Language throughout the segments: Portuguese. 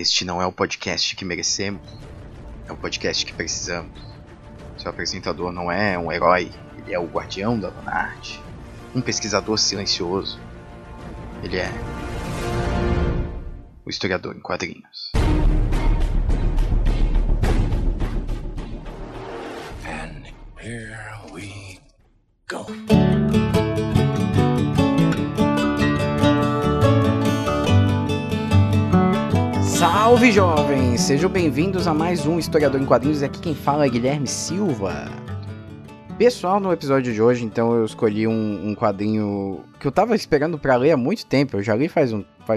Este não é o podcast que merecemos, é o podcast que precisamos. Seu apresentador não é um herói, ele é o guardião da arte, um pesquisador silencioso. Ele é o historiador em quadrinhos. And here we go. Salve, jovens! Sejam bem-vindos a mais um Historiador em Quadrinhos. Aqui quem fala é Guilherme Silva. Pessoal, no episódio de hoje, então, eu escolhi um quadrinho que eu tava esperando pra ler há muito tempo. Eu já li faz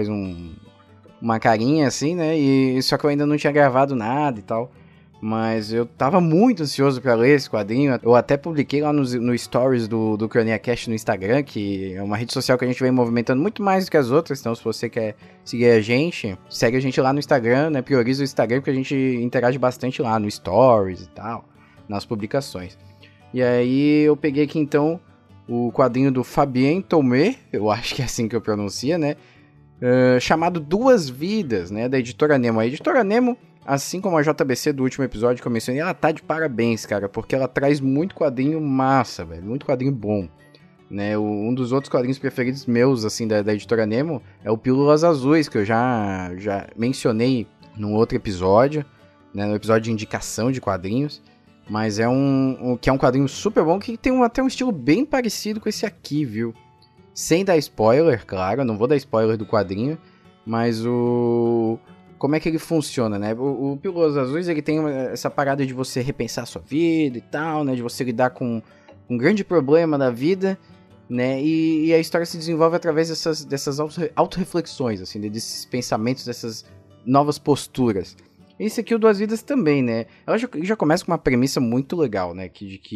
uma carinha assim, né? E só que eu ainda não tinha gravado nada e tal. Mas eu tava muito ansioso pra ler esse quadrinho. Eu até publiquei lá no Stories do CroniaCast no Instagram, que é uma rede social que a gente vem movimentando muito mais do que as outras. Então, se você quer seguir a gente, segue a gente lá no Instagram, né? Prioriza o Instagram, porque a gente interage bastante lá no Stories e tal, nas publicações. E aí eu peguei aqui, então, o quadrinho do Fabien Tomé, eu acho que é assim que eu pronuncio, né? Chamado Duas Vidas, né? Da Editora Nemo. A Editora Nemo, assim como a JBC do último episódio que eu mencionei, ela tá de parabéns, cara, porque ela traz muito quadrinho massa, velho, muito quadrinho bom, né? Um dos outros quadrinhos preferidos meus, assim, da Editora Nemo é o Pílulas Azuis, que eu já mencionei num outro episódio, né, no episódio de indicação de quadrinhos, mas é um quadrinho super bom, que tem até um estilo bem parecido com esse aqui, viu? Sem dar spoiler, claro, eu não vou dar spoiler do quadrinho, mas como é que ele funciona, né? O Pílulas Azuis, ele tem essa parada de você repensar a sua vida e tal, né? De você lidar com um grande problema da vida, né? E a história se desenvolve através dessas autorreflexões, assim, desses pensamentos, dessas novas posturas. Esse aqui, o Duas Vidas, também, né? Ela já começa com uma premissa muito legal, né?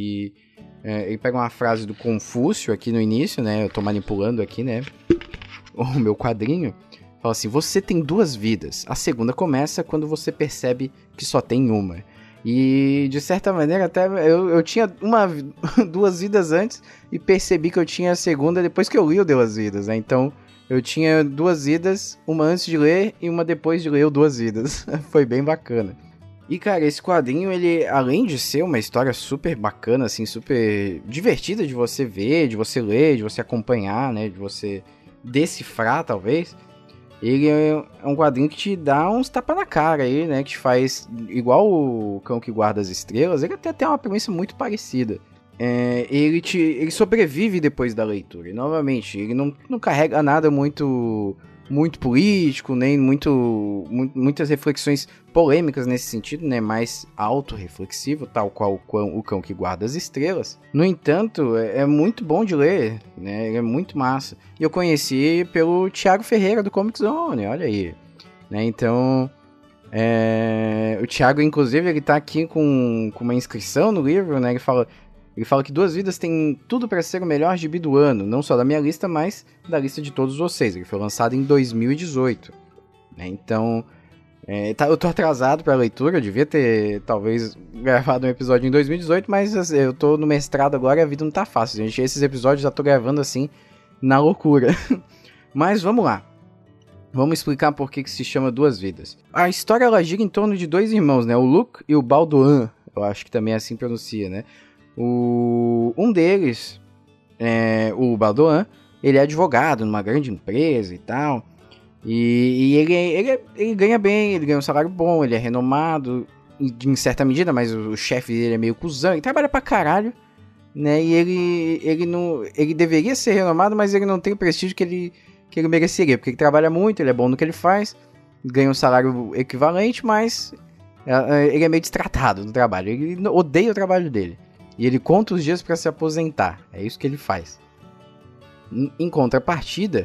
Ele pega uma frase do Confúcio aqui no início, né? Eu tô manipulando aqui, né? O meu quadrinho. Fala assim: você tem duas vidas. A segunda começa quando você percebe que só tem uma. E, de certa maneira, até eu tinha duas vidas antes e percebi que eu tinha a segunda depois que eu li o Duas Vidas, né? Então, eu tinha duas vidas, uma antes de ler e uma depois de ler o Duas Vidas. Foi bem bacana. E, cara, esse quadrinho, ele, além de ser uma história super bacana, assim, super divertida de você ver, de você ler, de você acompanhar, né? De você decifrar, talvez. Ele é um quadrinho que te dá uns tapas na cara aí, né? Que te faz, igual o Cão que Guarda as Estrelas, ele até tem uma premissa muito parecida. Ele sobrevive depois da leitura. E, novamente, ele não carrega nada muito político, nem muitas reflexões polêmicas nesse sentido, né? Mais autorreflexivo, tal qual o Cão que Guarda as Estrelas. No entanto, é muito bom de ler, né? Ele é muito massa. E eu conheci pelo Thiago Ferreira do Comic Zone, olha aí. Né? Então, o Thiago, inclusive, ele tá aqui com uma inscrição no livro, né? Ele fala que Duas Vidas tem tudo para ser o melhor gibi do ano, não só da minha lista, mas da lista de todos vocês. Ele foi lançado em 2018. Né? Então, eu tô atrasado pra leitura, eu devia ter, talvez, gravado um episódio em 2018, mas assim, eu tô no mestrado agora e a vida não tá fácil, gente. Esses episódios já tô gravando, assim, na loucura. Mas vamos lá. Vamos explicar por que se chama Duas Vidas. A história, ela gira em torno de dois irmãos, né? O Luc e o Balduin. Eu acho que também é assim que pronuncia, né? Um deles, o Balduin, ele é advogado numa grande empresa e tal. E ele ganha bem, ele ganha um salário bom, ele é renomado em certa medida, mas o chefe dele é meio cuzão, ele trabalha pra caralho, né? E ele deveria ser renomado, mas ele não tem o prestígio que ele mereceria, porque ele trabalha muito, ele é bom no que ele faz, ganha um salário equivalente, mas ele é meio destratado no trabalho, ele odeia o trabalho dele. E ele conta os dias pra se aposentar, é isso que ele faz. Em contrapartida,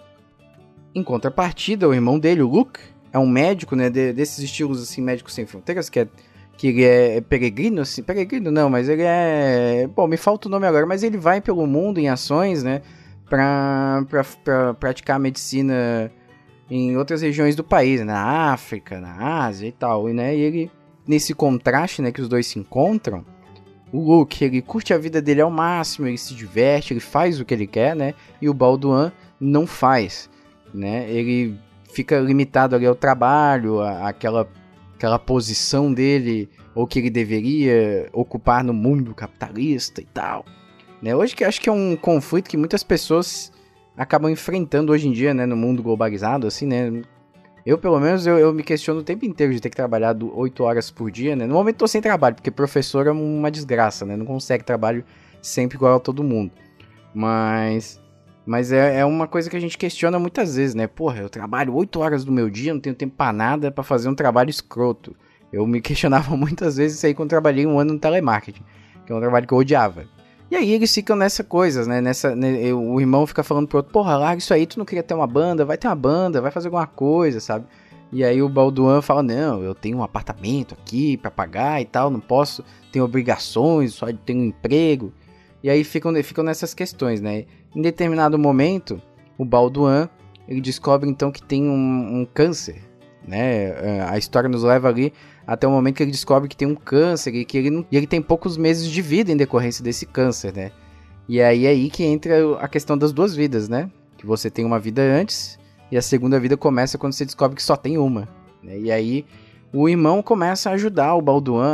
o irmão dele, o Luc, é um médico, né, desses estilos assim, Médicos Sem Fronteiras, que ele é peregrino, assim, peregrino não, mas ele é, bom, me falta o nome agora, mas ele vai pelo mundo em ações, né, pra praticar medicina em outras regiões do país, na África, na Ásia e tal, né, e ele, nesse contraste, né, que os dois se encontram, o Luc, ele curte a vida dele ao máximo, ele se diverte, ele faz o que ele quer, né, e o Balduin não faz, né, ele fica limitado ali ao trabalho, aquela posição dele, ou que ele deveria ocupar no mundo capitalista e tal. Né? Hoje que acho que é um conflito que muitas pessoas acabam enfrentando hoje em dia, né, no mundo globalizado, assim, né? Eu, pelo menos, eu me questiono o tempo inteiro de ter que trabalhar 8 horas por dia, né? No momento tô sem trabalho, porque professor é uma desgraça, né? Não consegue trabalho sempre igual a todo mundo. Mas é uma coisa que a gente questiona muitas vezes, né? Porra, eu trabalho 8 horas do meu dia, não tenho tempo pra nada, pra fazer um trabalho escroto. Eu me questionava muitas vezes isso aí quando trabalhei um ano no telemarketing, que é um trabalho que eu odiava. E aí eles ficam nessa coisa, né? O irmão fica falando pro outro, porra, larga isso aí, tu não queria ter uma banda? Vai ter uma banda, vai fazer alguma coisa, sabe? E aí o Balduan fala, não, eu tenho um apartamento aqui pra pagar e tal, não posso, tenho obrigações, só tenho um emprego. E aí ficam nessas questões, né? Em determinado momento, o Balduan, ele descobre então que tem um câncer, né? A história nos leva ali até o momento que ele descobre que tem um câncer e que ele tem poucos meses de vida em decorrência desse câncer, né? E aí é aí que entra a questão das duas vidas, né? Que você tem uma vida antes e a segunda vida começa quando você descobre que só tem uma, né? E aí o irmão começa a ajudar o Balduan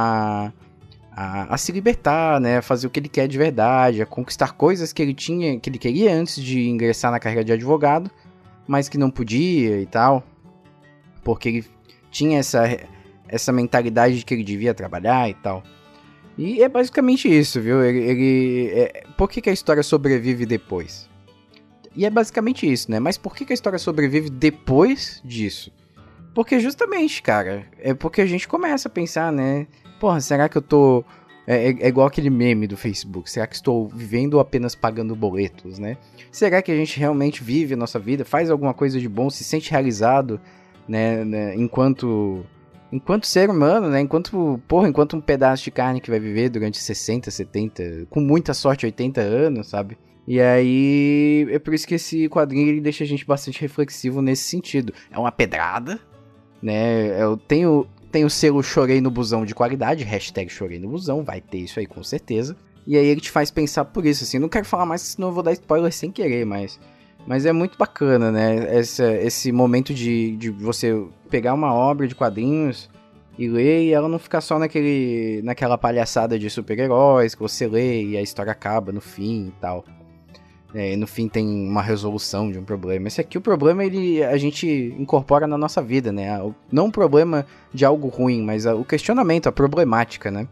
a se libertar, né? A fazer o que ele quer de verdade, a conquistar coisas que ele queria antes de ingressar na carreira de advogado, mas que não podia e tal, porque ele tinha essa mentalidade de que ele devia trabalhar e tal. E é basicamente isso, viu? Por que a história sobrevive depois? E é basicamente isso, né? Mas por que a história sobrevive depois disso? Porque justamente, cara, é porque a gente começa a pensar, né? Porra, será que eu tô... É igual aquele meme do Facebook. Será que estou vivendo ou apenas pagando boletos, né? Será que a gente realmente vive a nossa vida? Faz alguma coisa de bom? Se sente realizado, né? Enquanto ser humano, né? Enquanto um pedaço de carne que vai viver durante 60, 70, com muita sorte 80 anos, sabe? E aí, é por isso que esse quadrinho ele deixa a gente bastante reflexivo nesse sentido. É uma pedrada, né? Eu tenho o selo Chorei no Busão de qualidade, hashtag Chorei no Busão, vai ter isso aí com certeza. E aí ele te faz pensar por isso, assim. Não quero falar mais, senão eu vou dar spoiler sem querer, mas é muito bacana, né? Esse momento de você pegar uma obra de quadrinhos e ler, e ela não ficar só naquela palhaçada de super-heróis que você lê e a história acaba no fim e tal. No fim tem uma resolução de um problema. Esse aqui, o problema, a gente incorpora na nossa vida, né? Não um problema de algo ruim, mas o questionamento, a problemática, né?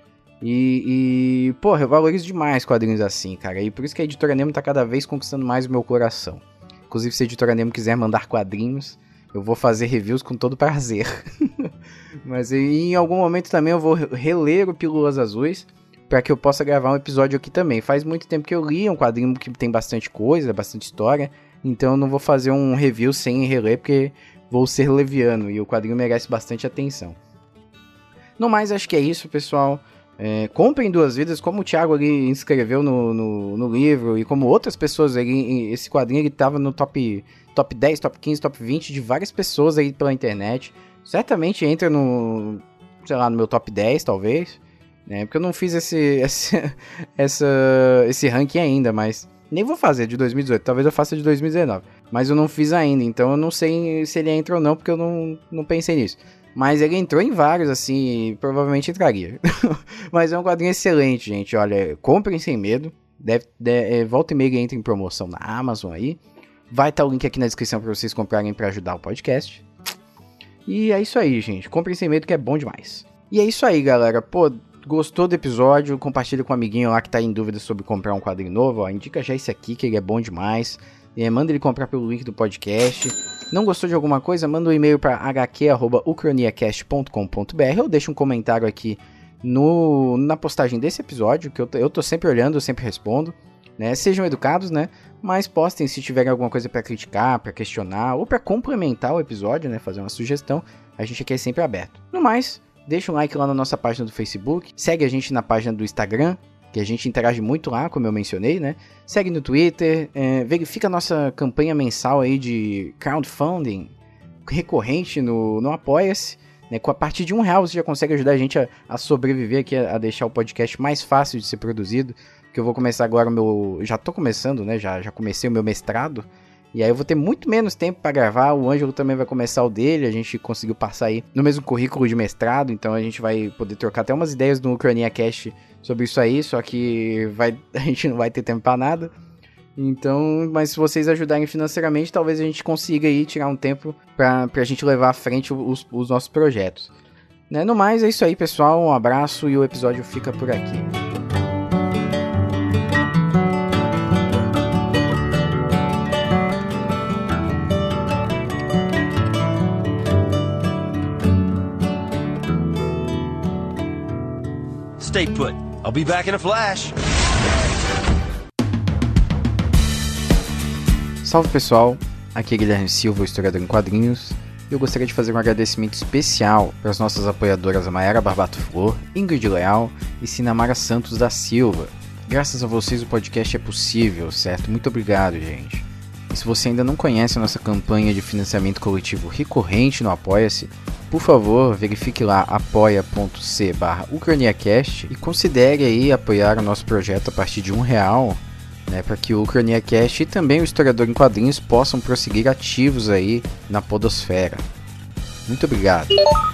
Porra, eu valorizo demais quadrinhos assim, cara. E por isso que a Editora Nemo tá cada vez conquistando mais o meu coração. Inclusive, se a Editora Nemo quiser mandar quadrinhos, eu vou fazer reviews com todo prazer. Mas em algum momento também eu vou reler o Pílulas Azuis, para que eu possa gravar um episódio aqui também. Faz muito tempo que eu li um quadrinho que tem bastante coisa, bastante história, então eu não vou fazer um review sem reler, porque vou ser leviano, e o quadrinho merece bastante atenção. No mais, acho que é isso, pessoal. Comprem Duas Vidas, como o Thiago ali inscreveu no livro, e como outras pessoas ali, esse quadrinho ele tava no top 10, top 15, top 20 de várias pessoas aí pela internet. Certamente entra no meu top 10, talvez. Porque eu não fiz esse ranking ainda, mas nem vou fazer de 2018, talvez eu faça de 2019, mas eu não fiz ainda, então eu não sei se ele entra ou não, porque eu não pensei nisso, mas ele entrou em vários, assim, e provavelmente entraria. Mas é um quadrinho excelente, gente, olha, comprem sem medo, volta e meia entra em promoção na Amazon aí, vai estar o link aqui na descrição para vocês comprarem para ajudar o podcast, e é isso aí, gente, comprem sem medo que é bom demais. E é isso aí, galera, pô, gostou do episódio, compartilha com um amiguinho lá que tá em dúvida sobre comprar um quadrinho novo, ó, indica já esse aqui que ele é bom demais, manda ele comprar pelo link do podcast. Não gostou de alguma coisa, manda um e-mail para hq@ucroniacast.com.br ou deixa um comentário aqui na postagem desse episódio, que eu tô sempre olhando, eu sempre respondo, né? Sejam educados, né? Mas postem se tiverem alguma coisa para criticar, para questionar ou para complementar o episódio, né? Fazer uma sugestão, a gente aqui é sempre aberto. No mais, deixa um like lá na nossa página do Facebook, segue a gente na página do Instagram, que a gente interage muito lá, como eu mencionei, né? Segue no Twitter, verifica a nossa campanha mensal aí de crowdfunding recorrente no Apoia-se, né? Com a partir de R$1 você já consegue ajudar a gente a sobreviver aqui, a deixar o podcast mais fácil de ser produzido, que eu vou começar agora já tô começando, né? Já comecei o meu mestrado E aí eu vou ter muito menos tempo para gravar, o Ângelo também vai começar o dele, a gente conseguiu passar aí no mesmo currículo de mestrado, então a gente vai poder trocar até umas ideias no Ucrania Cast sobre isso aí, só que a gente não vai ter tempo para nada. Então, mas se vocês ajudarem financeiramente, talvez a gente consiga aí tirar um tempo pra gente levar à frente os nossos projetos. Né? No mais, é isso aí, pessoal, um abraço e o episódio fica por aqui. Stay put. I'll be back in a flash. Salve pessoal, aqui é Guilherme Silva, historiador em quadrinhos, e eu gostaria de fazer um agradecimento especial para as nossas apoiadoras Mayara Barbato Flor, Ingrid Leal e Sinamara Santos da Silva. Graças a vocês o podcast é possível, certo? Muito obrigado, gente. E se você ainda não conhece a nossa campanha de financiamento coletivo recorrente no Apoia-se, por favor, verifique lá apoia.c/ucraniacast e considere aí apoiar o nosso projeto a partir de R$1, né, para que o UcraniaCast e também o Historiador em Quadrinhos possam prosseguir ativos aí na podosfera. Muito obrigado.